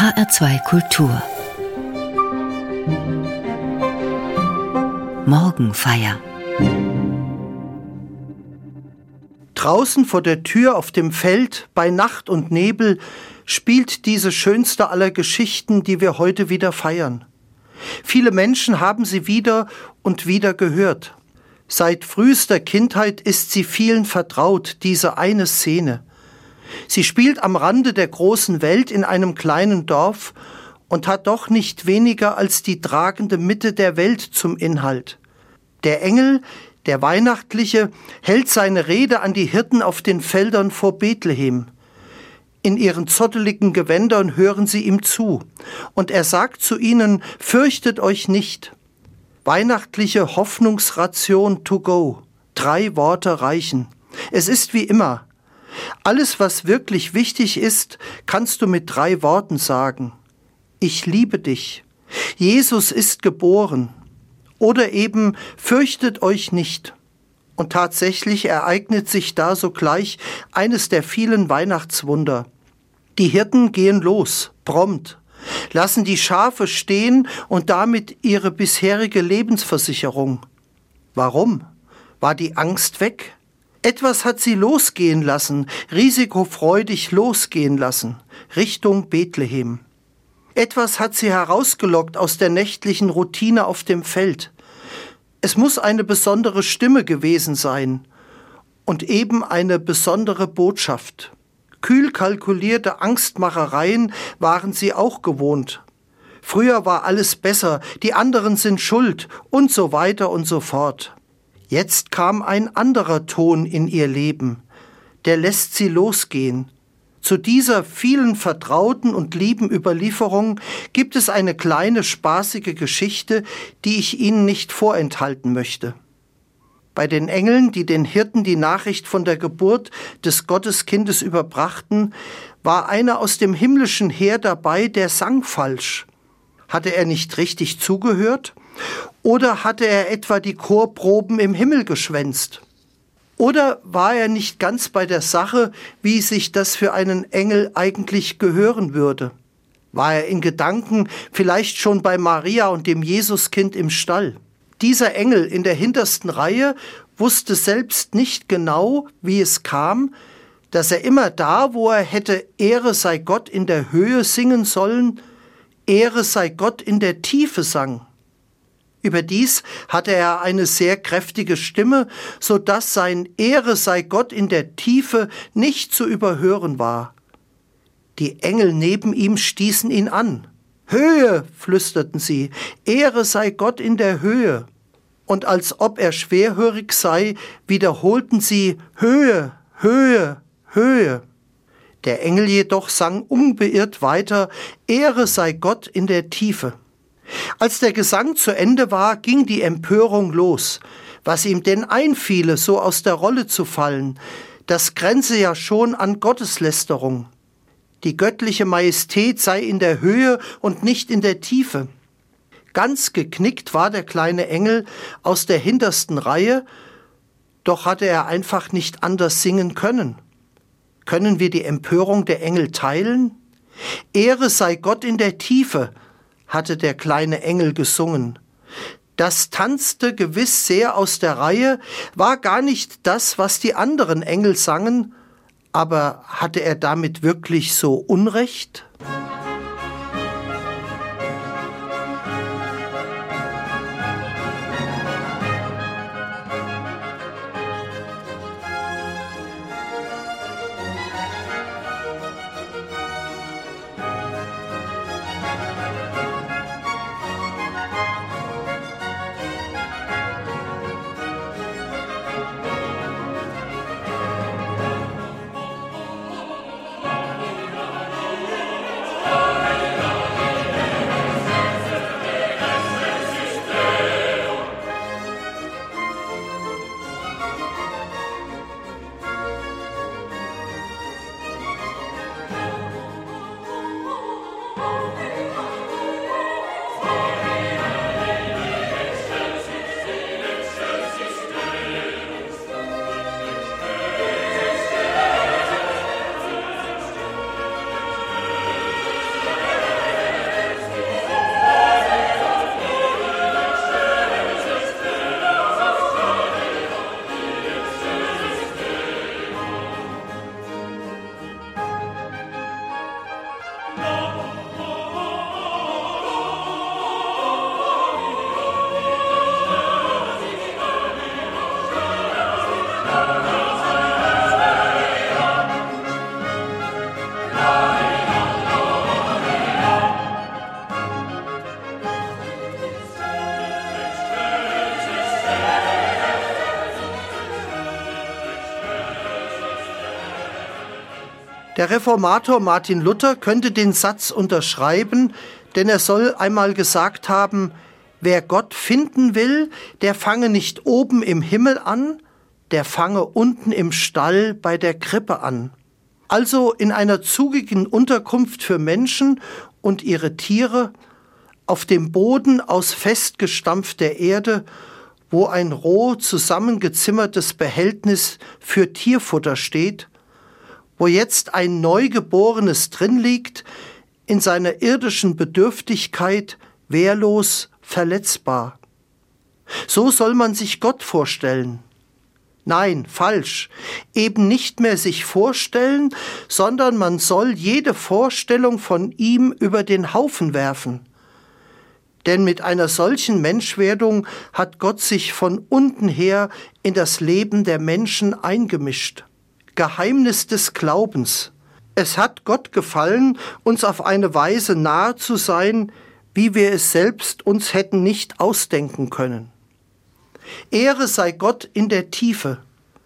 HR2 Kultur Morgenfeier. Draußen vor der Tür auf dem Feld, bei Nacht und Nebel, spielt diese schönste aller Geschichten, die wir heute wieder feiern. Viele Menschen haben sie wieder und wieder gehört. Seit frühester Kindheit ist sie vielen vertraut, diese eine Szene. Sie spielt am Rande der großen Welt in einem kleinen Dorf und hat doch nicht weniger als die tragende Mitte der Welt zum Inhalt. Der Engel, der Weihnachtliche, hält seine Rede an die Hirten auf den Feldern vor Bethlehem. In ihren zotteligen Gewändern hören sie ihm zu, und er sagt zu ihnen: Fürchtet euch nicht. Weihnachtliche Hoffnungsration to go. 3 Worte reichen. Es ist wie immer. Alles, was wirklich wichtig ist, kannst du mit 3 Worten sagen. Ich liebe dich. Jesus ist geboren. Oder eben, fürchtet euch nicht. Und tatsächlich ereignet sich da sogleich eines der vielen Weihnachtswunder. Die Hirten gehen los, prompt, lassen die Schafe stehen und damit ihre bisherige Lebensversicherung. Warum? War die Angst weg? Etwas hat sie losgehen lassen, risikofreudig losgehen lassen, Richtung Bethlehem. Etwas hat sie herausgelockt aus der nächtlichen Routine auf dem Feld. Es muss eine besondere Stimme gewesen sein und eben eine besondere Botschaft. Kühl kalkulierte Angstmachereien waren sie auch gewohnt. Früher war alles besser, die anderen sind schuld und so weiter und so fort. Jetzt kam ein anderer Ton in ihr Leben, der lässt sie losgehen. Zu dieser vielen vertrauten und lieben Überlieferung gibt es eine kleine spaßige Geschichte, die ich Ihnen nicht vorenthalten möchte. Bei den Engeln, die den Hirten die Nachricht von der Geburt des Gotteskindes überbrachten, war einer aus dem himmlischen Heer dabei, der sang falsch. Hatte er nicht richtig zugehört? Oder hatte er etwa die Chorproben im Himmel geschwänzt? Oder war er nicht ganz bei der Sache, wie sich das für einen Engel eigentlich gehören würde? War er in Gedanken vielleicht schon bei Maria und dem Jesuskind im Stall? Dieser Engel in der hintersten Reihe wusste selbst nicht genau, wie es kam, dass er immer da, wo er hätte Ehre sei Gott in der Höhe singen sollen, Ehre sei Gott in der Tiefe sang. Überdies hatte er eine sehr kräftige Stimme, so dass sein Ehre sei Gott in der Tiefe nicht zu überhören war. Die Engel neben ihm stießen ihn an. Höhe, flüsterten sie, Ehre sei Gott in der Höhe. Und als ob er schwerhörig sei, wiederholten sie Höhe, Höhe, Höhe. Der Engel jedoch sang unbeirrt weiter, Ehre sei Gott in der Tiefe. Als der Gesang zu Ende war, ging die Empörung los. Was ihm denn einfiele, so aus der Rolle zu fallen, das grenze ja schon an Gotteslästerung. Die göttliche Majestät sei in der Höhe und nicht in der Tiefe. Ganz geknickt war der kleine Engel aus der hintersten Reihe, doch hatte er einfach nicht anders singen können. Können wir die Empörung der Engel teilen? Ehre sei Gott in der Tiefe, hatte der kleine Engel gesungen. Das tanzte gewiss sehr aus der Reihe, war gar nicht das, was die anderen Engel sangen, aber hatte er damit wirklich so Unrecht? Der Reformator Martin Luther könnte den Satz unterschreiben, denn er soll einmal gesagt haben, wer Gott finden will, der fange nicht oben im Himmel an, der fange unten im Stall bei der Krippe an. Also in einer zugigen Unterkunft für Menschen und ihre Tiere, auf dem Boden aus festgestampfter Erde, wo ein roh zusammengezimmertes Behältnis für Tierfutter steht, wo jetzt ein Neugeborenes drin liegt, in seiner irdischen Bedürftigkeit, wehrlos, verletzbar. So soll man sich Gott vorstellen. Nein, falsch. Eben nicht mehr sich vorstellen, sondern man soll jede Vorstellung von ihm über den Haufen werfen. Denn mit einer solchen Menschwerdung hat Gott sich von unten her in das Leben der Menschen eingemischt. Geheimnis des Glaubens. Es hat Gott gefallen, uns auf eine Weise nahe zu sein, wie wir es selbst uns hätten nicht ausdenken können. Ehre sei Gott in der Tiefe.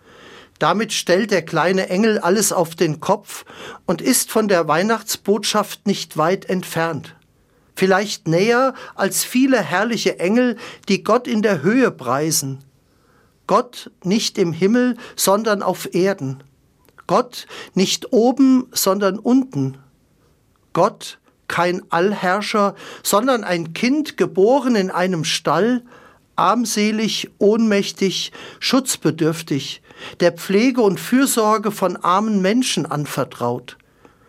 Damit stellt der kleine Engel alles auf den Kopf und ist von der Weihnachtsbotschaft nicht weit entfernt. Vielleicht näher als viele herrliche Engel, die Gott in der Höhe preisen. Gott nicht im Himmel, sondern auf Erden. Gott nicht oben, sondern unten. Gott kein Allherrscher, sondern ein Kind, geboren in einem Stall, armselig, ohnmächtig, schutzbedürftig, der Pflege und Fürsorge von armen Menschen anvertraut.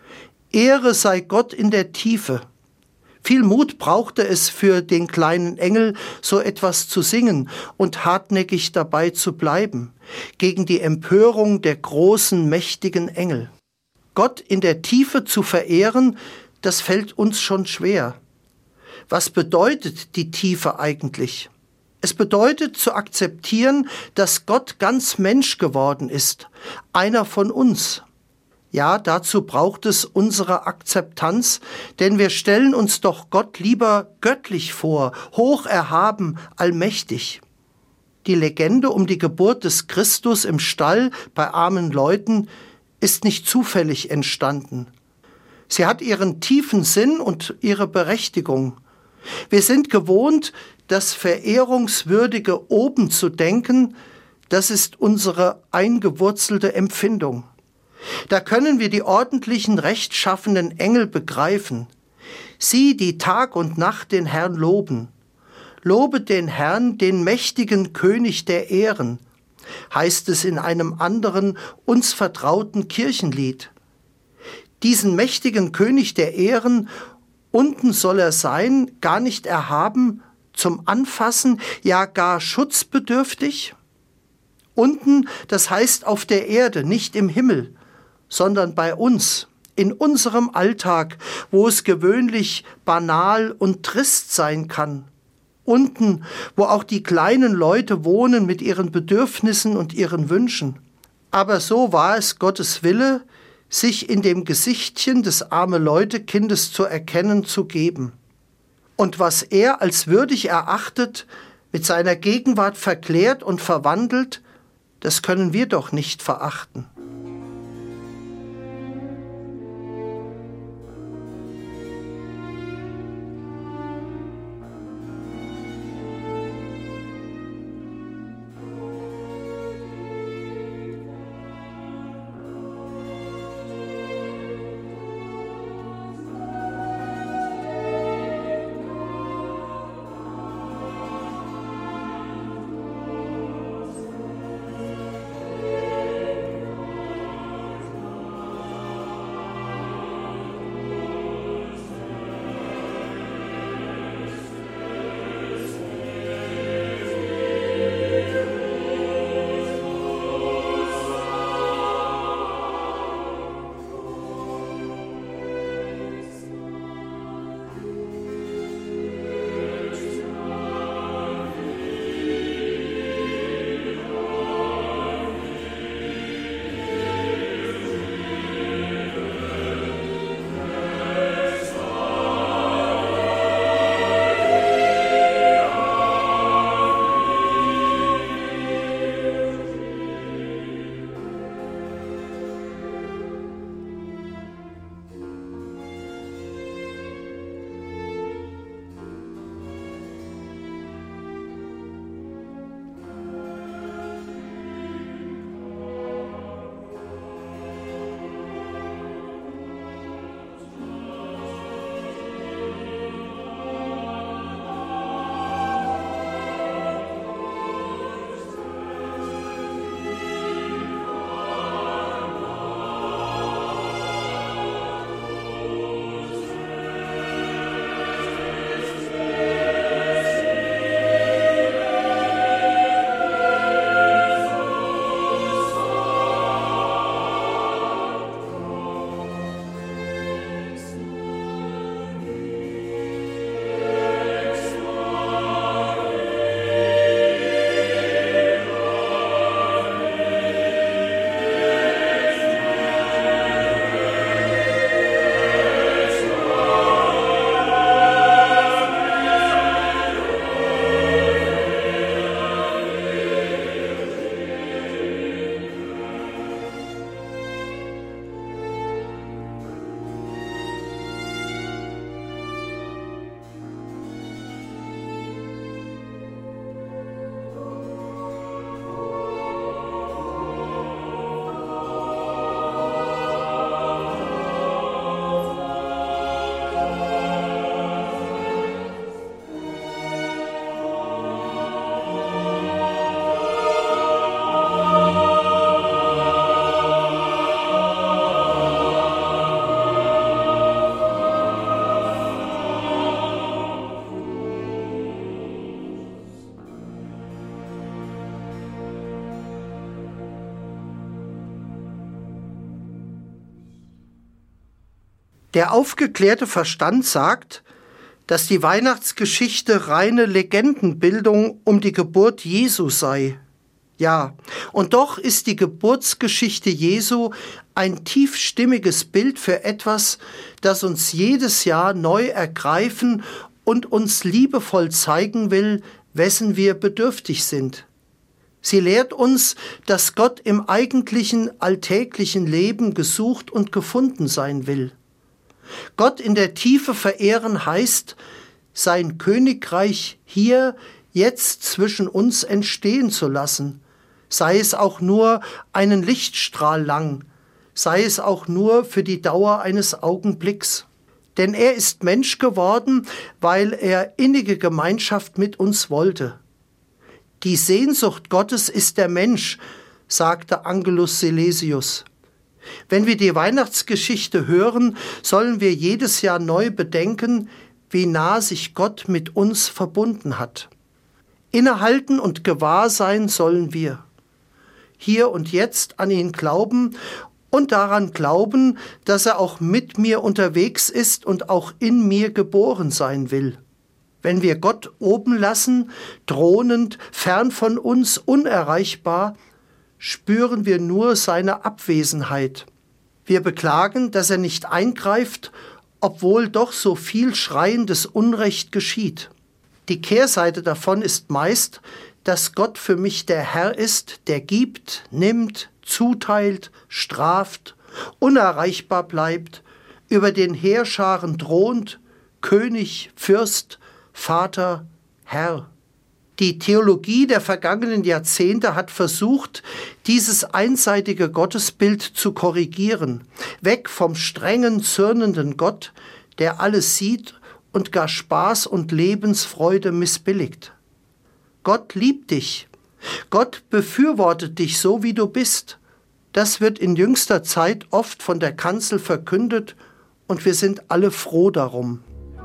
Ehre sei Gott in der Tiefe. Viel Mut brauchte es für den kleinen Engel, so etwas zu singen und hartnäckig dabei zu bleiben, gegen die Empörung der großen, mächtigen Engel. Gott in der Tiefe zu verehren, das fällt uns schon schwer. Was bedeutet die Tiefe eigentlich? Es bedeutet zu akzeptieren, dass Gott ganz Mensch geworden ist, einer von uns. Ja, dazu braucht es unsere Akzeptanz, denn wir stellen uns doch Gott lieber göttlich vor, hoch erhaben, allmächtig. Die Legende um die Geburt des Christus im Stall bei armen Leuten ist nicht zufällig entstanden. Sie hat ihren tiefen Sinn und ihre Berechtigung. Wir sind gewohnt, das Verehrungswürdige oben zu denken, das ist unsere eingewurzelte Empfindung. Da können wir die ordentlichen, rechtschaffenen Engel begreifen. Sie, die Tag und Nacht den Herrn loben. Lobet den Herrn, den mächtigen König der Ehren, heißt es in einem anderen, uns vertrauten Kirchenlied. Diesen mächtigen König der Ehren, unten soll er sein, gar nicht erhaben, zum Anfassen, ja gar schutzbedürftig? Unten, das heißt auf der Erde, nicht im Himmel, sondern bei uns, in unserem Alltag, wo es gewöhnlich banal und trist sein kann. Unten, wo auch die kleinen Leute wohnen mit ihren Bedürfnissen und ihren Wünschen. Aber so war es Gottes Wille, sich in dem Gesichtchen des Arme-Leute-Kindes zu erkennen, zu geben. Und was er als würdig erachtet, mit seiner Gegenwart verklärt und verwandelt, das können wir doch nicht verachten. Der aufgeklärte Verstand sagt, dass die Weihnachtsgeschichte reine Legendenbildung um die Geburt Jesu sei. Ja, und doch ist die Geburtsgeschichte Jesu ein tiefstimmiges Bild für etwas, das uns jedes Jahr neu ergreifen und uns liebevoll zeigen will, wessen wir bedürftig sind. Sie lehrt uns, dass Gott im eigentlichen alltäglichen Leben gesucht und gefunden sein will. Gott in der Tiefe verehren heißt, sein Königreich hier, jetzt zwischen uns entstehen zu lassen, sei es auch nur einen Lichtstrahl lang, sei es auch nur für die Dauer eines Augenblicks. Denn er ist Mensch geworden, weil er innige Gemeinschaft mit uns wollte. Die Sehnsucht Gottes ist der Mensch, sagte Angelus Silesius. Wenn wir die Weihnachtsgeschichte hören, sollen wir jedes Jahr neu bedenken, wie nah sich Gott mit uns verbunden hat. Innehalten und gewahr sein sollen wir. Hier und jetzt an ihn glauben und daran glauben, dass er auch mit mir unterwegs ist und auch in mir geboren sein will. Wenn wir Gott oben lassen, thronend, fern von uns, unerreichbar, spüren wir nur seine Abwesenheit. Wir beklagen, dass er nicht eingreift, obwohl doch so viel schreiendes Unrecht geschieht. Die Kehrseite davon ist meist, dass Gott für mich der Herr ist, der gibt, nimmt, zuteilt, straft, unerreichbar bleibt, über den Heerscharen thront, König, Fürst, Vater, Herr. Die Theologie der vergangenen Jahrzehnte hat versucht, dieses einseitige Gottesbild zu korrigieren, weg vom strengen, zürnenden Gott, der alles sieht und gar Spaß und Lebensfreude missbilligt. Gott liebt dich. Gott befürwortet dich so, wie du bist. Das wird in jüngster Zeit oft von der Kanzel verkündet und wir sind alle froh darum.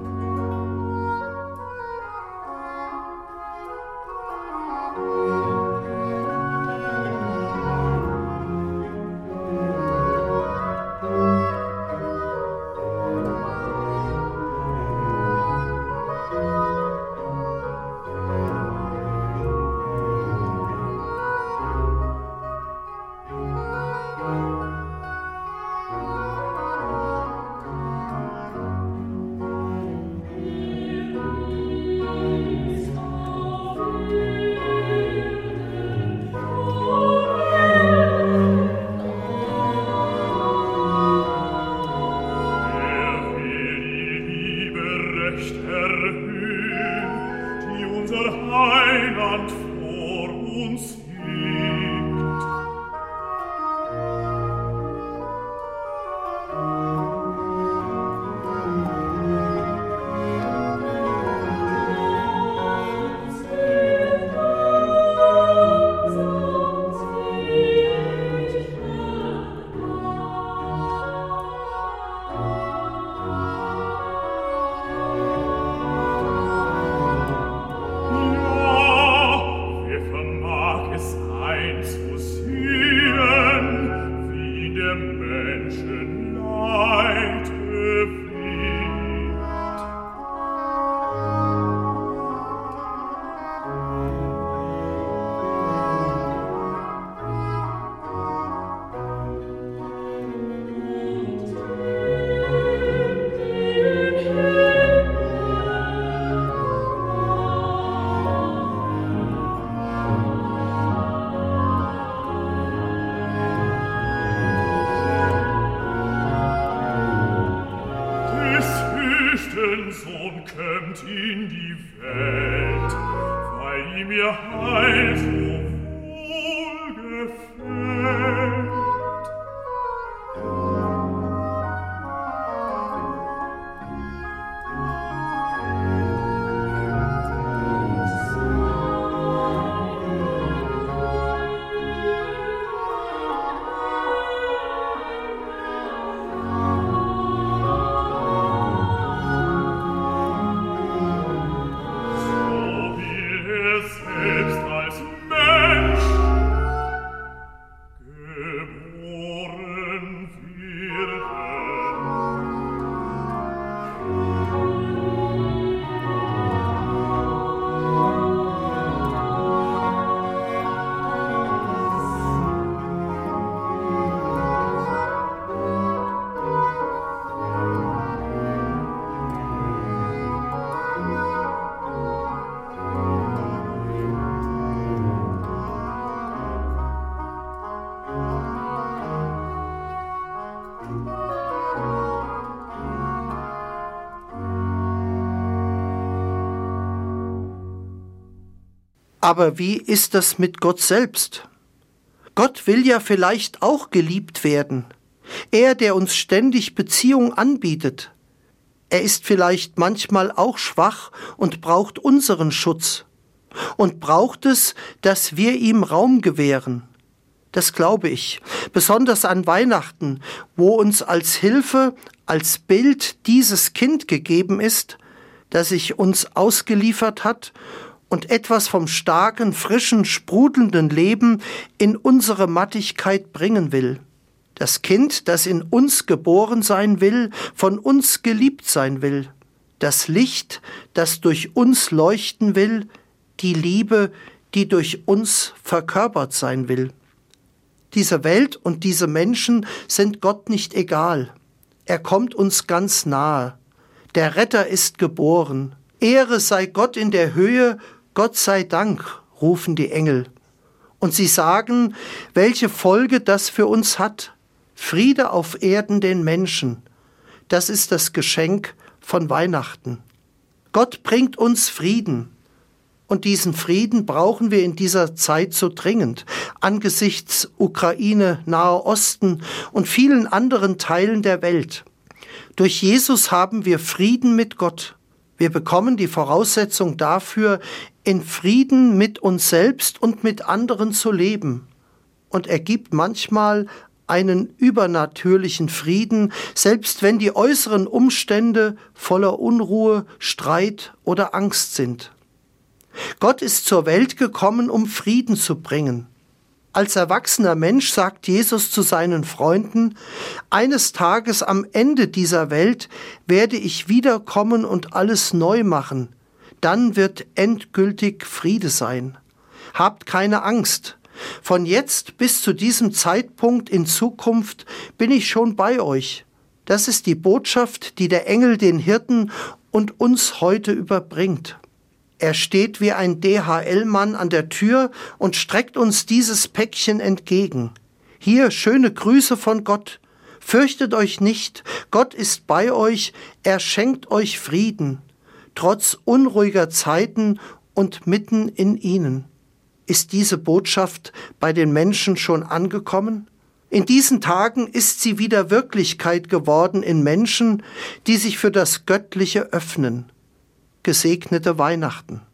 Heiland vor uns liegt. Sohn kömmt in die Welt, weil ihm ihr Heil so wohl gefällt. Selbst als Mensch geboren. Aber wie ist das mit Gott selbst? Gott will ja vielleicht auch geliebt werden. Er, der uns ständig Beziehung anbietet. Er ist vielleicht manchmal auch schwach und braucht unseren Schutz. Und braucht es, dass wir ihm Raum gewähren. Das glaube ich, besonders an Weihnachten, wo uns als Hilfe, als Bild dieses Kind gegeben ist, das sich uns ausgeliefert hat und etwas vom starken, frischen, sprudelnden Leben in unsere Mattigkeit bringen will. Das Kind, das in uns geboren sein will, von uns geliebt sein will. Das Licht, das durch uns leuchten will, die Liebe, die durch uns verkörpert sein will. Diese Welt und diese Menschen sind Gott nicht egal. Er kommt uns ganz nahe. Der Retter ist geboren. Ehre sei Gott in der Höhe, Gott sei Dank, rufen die Engel. Und sie sagen, welche Folge das für uns hat. Friede auf Erden den Menschen. Das ist das Geschenk von Weihnachten. Gott bringt uns Frieden. Und diesen Frieden brauchen wir in dieser Zeit so dringend, angesichts Ukraine, Nahe Osten und vielen anderen Teilen der Welt. Durch Jesus haben wir Frieden mit Gott. Wir bekommen die Voraussetzung dafür, in Frieden mit uns selbst und mit anderen zu leben. Und er gibt manchmal einen übernatürlichen Frieden, selbst wenn die äußeren Umstände voller Unruhe, Streit oder Angst sind. Gott ist zur Welt gekommen, um Frieden zu bringen. Als erwachsener Mensch sagt Jesus zu seinen Freunden, eines Tages am Ende dieser Welt werde ich wiederkommen und alles neu machen. Dann wird endgültig Friede sein. Habt keine Angst. Von jetzt bis zu diesem Zeitpunkt in Zukunft bin ich schon bei euch. Das ist die Botschaft, die der Engel den Hirten und uns heute überbringt. Er steht wie ein DHL-Mann an der Tür und streckt uns dieses Päckchen entgegen. Hier schöne Grüße von Gott. Fürchtet euch nicht, Gott ist bei euch, er schenkt euch Frieden, trotz unruhiger Zeiten und mitten in ihnen. Ist diese Botschaft bei den Menschen schon angekommen? In diesen Tagen ist sie wieder Wirklichkeit geworden in Menschen, die sich für das Göttliche öffnen. Gesegnete Weihnachten.